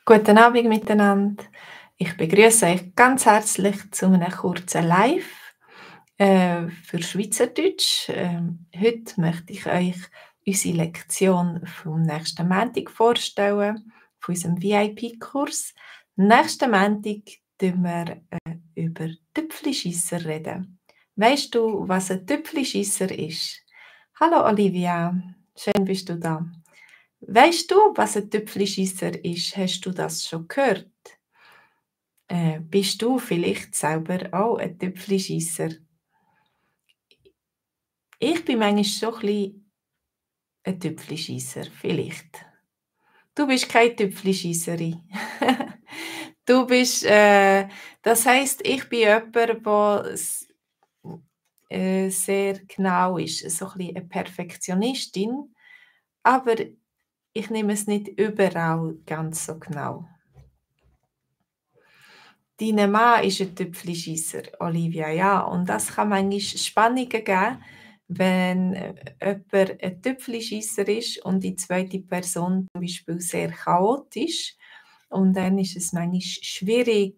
Guten Abend miteinander. Ich begrüße euch ganz herzlich zu einem kurzen Live für Schweizerdeutsch. Heute möchte ich euch unsere Lektion vom nächsten Montag vorstellen, von unserem VIP-Kurs. Nächsten Montag reden wir über Tüpfelschisser reden. Weißt du, was ein Tüpfelschisser ist? Hallo Olivia, schön bist du da. Weißt du, was ein Tüpfelschisser ist? Hast du das schon gehört? Bist du vielleicht selber auch ein Tüpfelschisser? Ich bin manchmal schon ein bisschen ein Tüpfelschisser, vielleicht. Du bist keine Tüpfelschisserin. Du bist, das heisst, ich bin jemand, der sehr genau ist, so ein bisschen eine Perfektionistin, aber ich nehme es nicht überall ganz so genau. Dein Mann ist ein Tüpfelschisser, Olivia, ja. Und das kann manchmal Spannungen geben, wenn jemand ein Tüpfelschisser ist und die zweite Person zum Beispiel sehr chaotisch. Und dann ist es manchmal schwierig,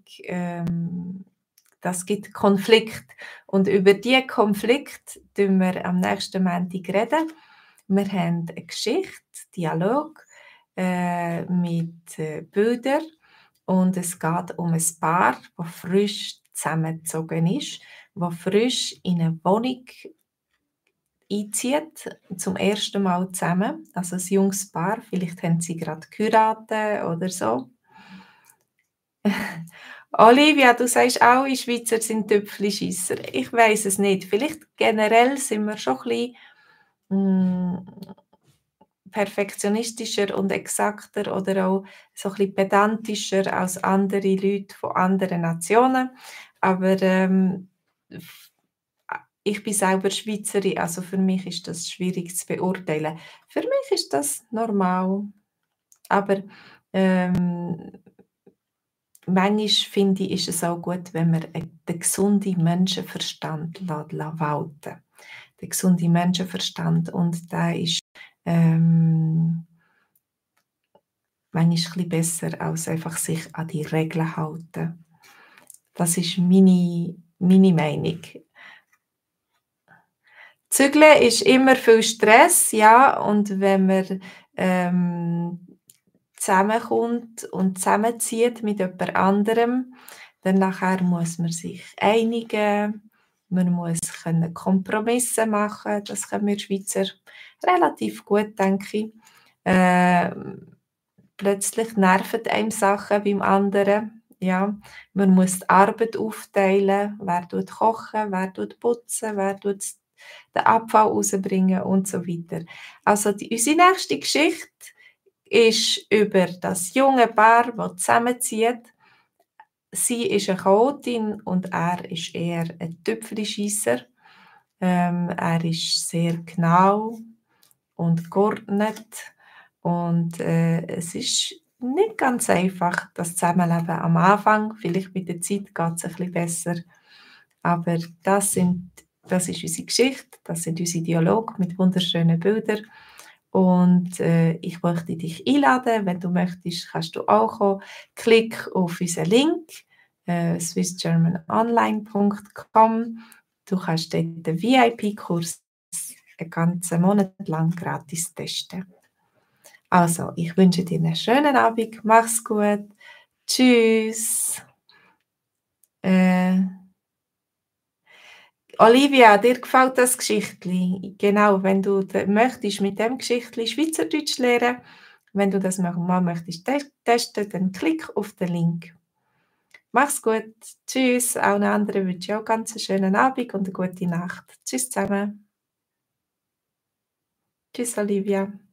das gibt Konflikt. Und über diesen Konflikt reden wir am nächsten Montag reden. Wir haben eine Geschichte, Dialog mit Bildern. Und es geht um ein Paar, das frisch zusammengezogen ist, das frisch in eine Wohnung einzieht, zum ersten Mal zusammen. Also ein junges Paar, vielleicht haben sie gerade geheiratet oder so. Olivia, du sagst, alle Schweizer sind Tüpfelschisser. Ich weiß es nicht. Vielleicht generell sind wir schon ein bisschen perfektionistischer und exakter oder auch so ein bisschen pedantischer als andere Leute von anderen Nationen. Aber ich bin selber Schweizerin, also für mich ist das schwierig zu beurteilen. Für mich ist das normal. Aber ähm, manchmal finde ich, ist es auch gut, wenn man den gesunden Menschenverstand walten. Der gesunde Menschenverstand, und der ist manchmal ein bisschen besser, als einfach sich an die Regeln halten. Das ist meine Meinung. Zügeln ist immer viel Stress, ja, und wenn man zusammenkommt und zusammenzieht mit jemand anderem, dann nachher muss man sich einigen, man muss Kompromisse machen, das können wir Schweizer relativ gut, denke ich. Plötzlich nerven einem Sachen beim anderen, ja. Man muss die Arbeit aufteilen, wer kochen, wer putzen, wer den Abfall rausbringen und so weiter. Also unsere nächste Geschichte ist über das junge Paar, das zusammenzieht. Sie ist eine Chaotin und er ist eher ein Tüpfelschisser. Er ist sehr genau und geordnet und es ist nicht ganz einfach, das Zusammenleben am Anfang. Vielleicht mit der Zeit geht es ein bisschen besser. Aber das ist unsere Geschichte, das sind unsere Dialoge mit wunderschönen Bildern. Und ich möchte dich einladen, wenn du möchtest, kannst du auch kommen. Klick auf unseren Link, swissgermanonline.com. Du kannst dort den VIP-Kurs einen ganzen Monat lang gratis testen. Also, ich wünsche dir einen schönen Abend, mach's gut, tschüss. Olivia, dir gefällt das Geschichtli? Genau, wenn du möchtest mit dem Geschichtli Schweizerdeutsch lernen, wenn du das mal möchtest testen, dann klick auf den Link. Mach's gut, tschüss. Allen anderen wünsche ich auch ganz einen schönen Abend und eine gute Nacht. Tschüss zusammen. Tschüss, Olivia.